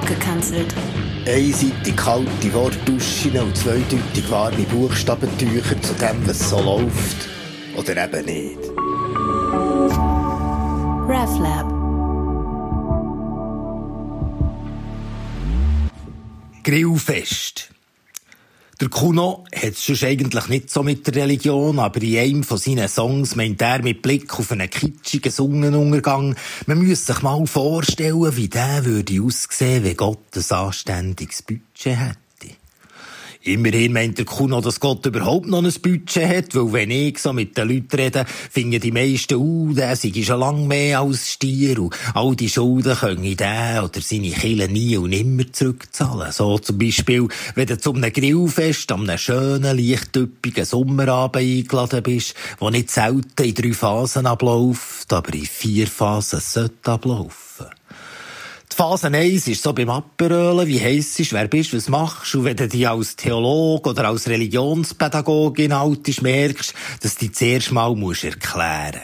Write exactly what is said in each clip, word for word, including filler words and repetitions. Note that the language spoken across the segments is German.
abgekanzelt. Einseitig kalte Wortduschen und zweideutig warme Buchstabentücher zu dem, was so läuft. Oder eben nicht. RefLab. Grillfest. Der Kuno hat es sonst eigentlich nicht so mit der Religion, aber in einem von seinen Songs meint er mit Blick auf einen kitschigen Sonnenuntergang, man müsse sich mal vorstellen, wie der würde aussehen, wenn Gott ein anständiges Budget hätte. Immerhin meint der Kuno, dass Gott überhaupt noch ein Budget hat, weil wenn ich so mit den Leuten rede, finden die meisten, uh, der sei schon lange mehr als Stier und all die Schulden können der oder seine Kirche nie und nimmer zurückzahlen. So zum Beispiel, wenn du zu einem Grillfest an einem schönen, lichtüppigen Sommerabend eingeladen bist, der nicht selten in drei Phasen abläuft, aber in vier Phasen sollte ablaufen. Die Phase eins ist so beim Aperölen, wie heisst es, wer bist, was machst du? Und wenn du dich als Theologe oder als Religionspädagogin altisch merkst, dass du dich zuerst mal musst erklären.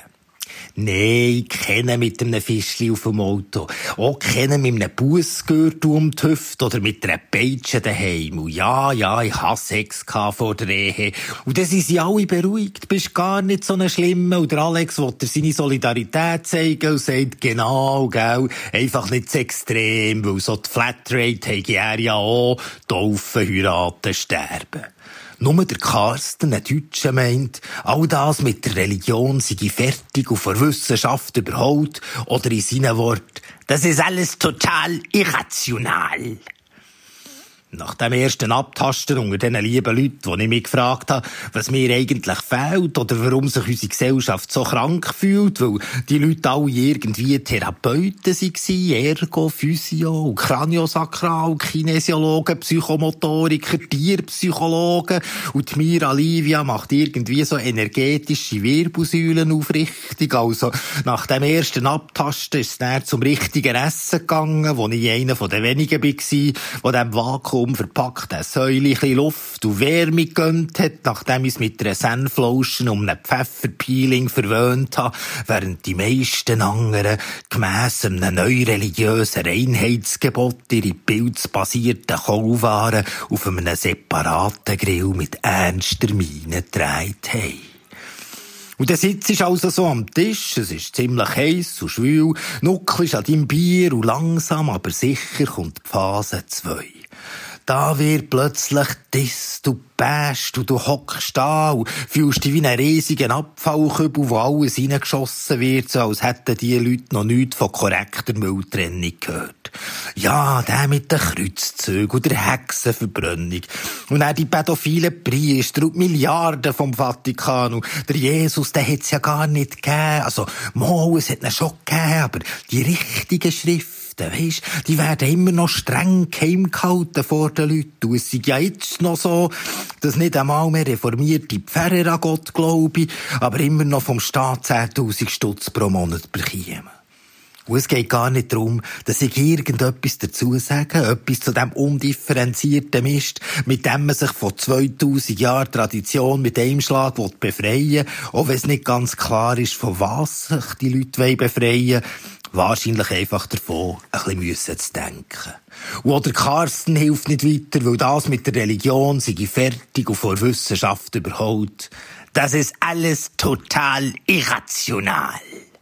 Nein, kennen mit einem Fischli auf dem Auto. Auch kennen mit einem Bussgürtel um die Hüfte oder mit einer Peitsche daheim. Und ja, ja, ich hatte Sex vor der Ehe. Und dann sind sie alle beruhigt. Du bist gar nicht so ein Schlimmer. Und der Alex will dir seine Solidarität zeigen und sagt, genau, gell, einfach nicht zu extrem, weil so die Flatrate habe er ja auch, taufen, heiraten, sterben. Nur der Carsten, ein Deutscher, meint, all das mit der Religion sei fertig und vor Wissenschaft überholt, oder in seinen Worten, das ist alles total irrational. Nach dem ersten Abtasten unter diesen lieben Leuten, die ich mich gefragt habe, was mir eigentlich fehlt oder warum sich unsere Gesellschaft so krank fühlt, weil die Leute alle irgendwie Therapeuten waren, Ergo, Physio, Kraniosakral, Kinesiologen, Psychomotoriker, Tierpsychologen und die Mira Livia macht irgendwie so energetische Wirbelsäulen aufrichtig. Also nach dem ersten Abtasten ist es dann zum richtigen Essen gegangen, wo ich einer von den wenigen war, der dem Vakuum verpackt ein Säulchen Luft und Wärme gegönnt hat, nachdem ich es mit einer Senflotion um einen Pfefferpeeling verwöhnt habe, während die meisten anderen gemäss einem neureligiösen Reinheitsgebot ihre pilzbasierten Kohlwaren auf einem separaten Grill mit ernster Miene gedreht haben. Und der Sitz ist also so am Tisch, es ist ziemlich heiss und schwül, nuckelst an deinem Bier und langsam, aber sicher kommt die Phase zwei. Da wird plötzlich dis, du bäst und du hockst da und fühlst dich wie einen riesigen Abfallkübel, wo alles reingeschossen wird, so als hätten die Leute noch nichts von korrekter Mülltrennung gehört. Ja, der mit den Kreuzzügen und der Hexenverbrennung. Und dann die pädophilen Priester und die Milliarden vom Vatikan. Und der Jesus, den hat's ja gar nicht gegeben. Also, mal, es hat ihn schon gegeben, aber die richtigen Schriften, weisst, die werden immer noch streng geheim gehalten vor den Leuten. Und es ist ja jetzt noch so, dass nicht einmal mehr reformierte Pfarrer an Gott glauben, aber immer noch vom Staat zehntausend Stutz pro Monat bekommen. Und es geht gar nicht darum, dass ich irgendetwas dazu sage, etwas zu dem undifferenzierten Mist, mit dem man sich von zweitausend Jahren Tradition mit einem Schlag befreien will, auch wenn es nicht ganz klar ist, von was sich die Leute befreien wollen. Wahrscheinlich einfach davon, ein bisschen zu denken. Und auch der Carsten hilft nicht weiter, weil das mit der Religion sei fertig und vor Wissenschaft überholt. Das ist alles total irrational.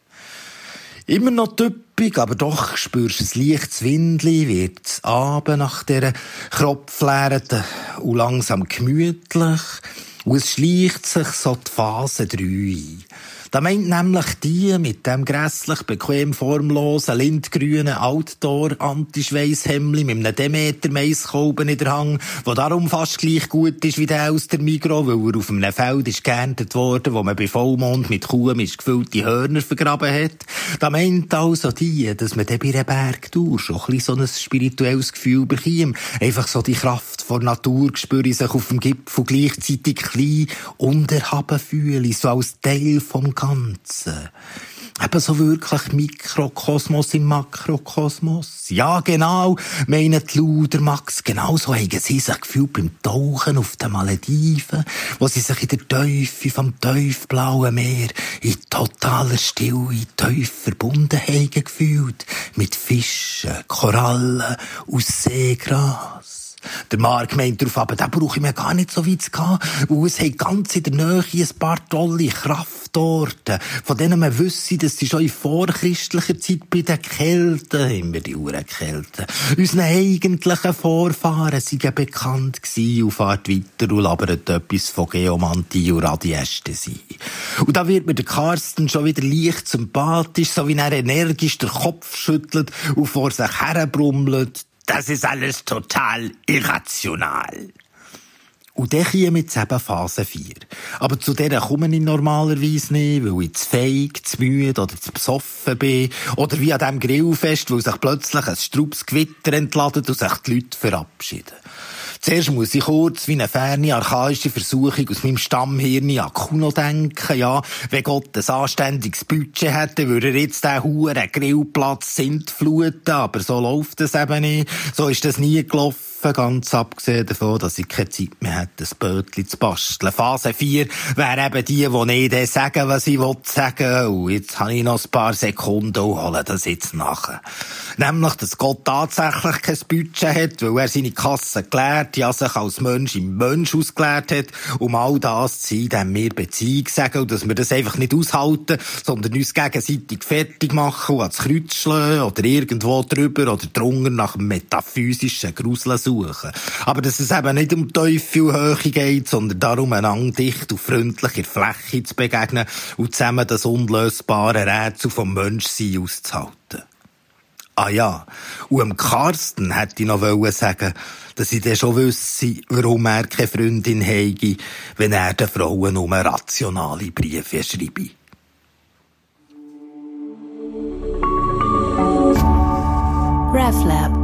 Immer noch typisch, aber doch spürst du ein leichtes Windli, wird's Abend nach dieser kropfleeren und langsam gemütlich. Und es schleicht sich so die Phase drei ein. Da meint nämlich die mit dem grässlich bequem formlosen, lindgrünen Outdoor-Antischweisshemdli mit einem Demeter-Maiskolben in der Hand, der darum fast gleich gut ist wie der aus der Migros, weil er auf einem Feld ist geerntet worden, wo man bei Vollmond mit Kuhmisch gefüllte Hörner vergraben hat. Da meint also die, dass man dann bei einer Bergtour schon ein bisschen so ein spirituelles Gefühl bekäme. Einfach so die Kraft von Natur spüre sich auf dem Gipfel gleichzeitig klein und erhaben fühle, so als Teil vom Ganzen. Eben so wirklich Mikrokosmos im Makrokosmos. Ja, genau, meinen die Ludermax. Genau so haben sie sich gefühlt beim Tauchen auf den Malediven, wo sie sich in der Tiefe vom tiefblauen Meer in totaler Stille tief verbunden haben gefühlt. Mit Fischen, Korallen aus Seegras. Der Marc meint darauf, aber da brauche ich mir gar nicht so weit zu gehen, weil es hat ganz in der Nähe ein paar tolle Kraftorte, von denen man wüsste, dass sie schon in vorchristlicher Zeit bei den Kelten, immer die Urenkelten, unseren eigentlichen Vorfahren seien bekannt gewesen und fahrt weiter und labert etwas von Geomantie und Radiästhesie. Und da wird mir der Carsten schon wieder leicht sympathisch, so wie er energisch den Kopf schüttelt und vor sich herbrummelt. Das ist alles total irrational. Und dann käme jetzt eben Phase vier. Aber zu der komme ich normalerweise nicht, weil ich zu feig, zu müde oder zu besoffen bin. Oder wie an diesem Grillfest, wo sich plötzlich ein straubes Gewitter entladet und sich die Leute verabschieden. Zuerst muss ich kurz wie eine ferne, archaische Versuchung aus meinem Stammhirn an Kuno denken. Ja, wenn Gott ein anständiges Budget hätte, würde er jetzt den huren Grillplatz sintfluten. Aber so läuft es eben nicht. So ist das nie gelaufen. Ganz abgesehen davon, dass ich keine Zeit mehr hätte, das Bötchen zu basteln. Phase vier wäre eben die, die nicht sagen, was ich sagen will. Und jetzt habe ich noch ein paar Sekunden und hole das jetzt nachher. Nämlich, dass Gott tatsächlich kein Budget hat, weil er seine Kasse geleert, ja sich als Mensch im Mensch ausgeleert hat, um all das zu sein, dem wir Beziehung sagen, und dass wir das einfach nicht aushalten, sondern uns gegenseitig fertig machen und ans Kreuz schlagen oder irgendwo drüber oder drunter nach dem metaphysischen Gruseln suchen. Aber dass es eben nicht um Teufel und Höhe geht, sondern darum, einander dicht und freundlich in der Fläche zu begegnen und zusammen das unlösbare Rätsel vom Menschsein auszuhalten. Ah ja, und dem Carsten hätte ich noch sagen, dass ich dann schon wüsste, warum er keine Freundin habe, wenn er den Frauen nur rationale Briefe schreibe. RefLab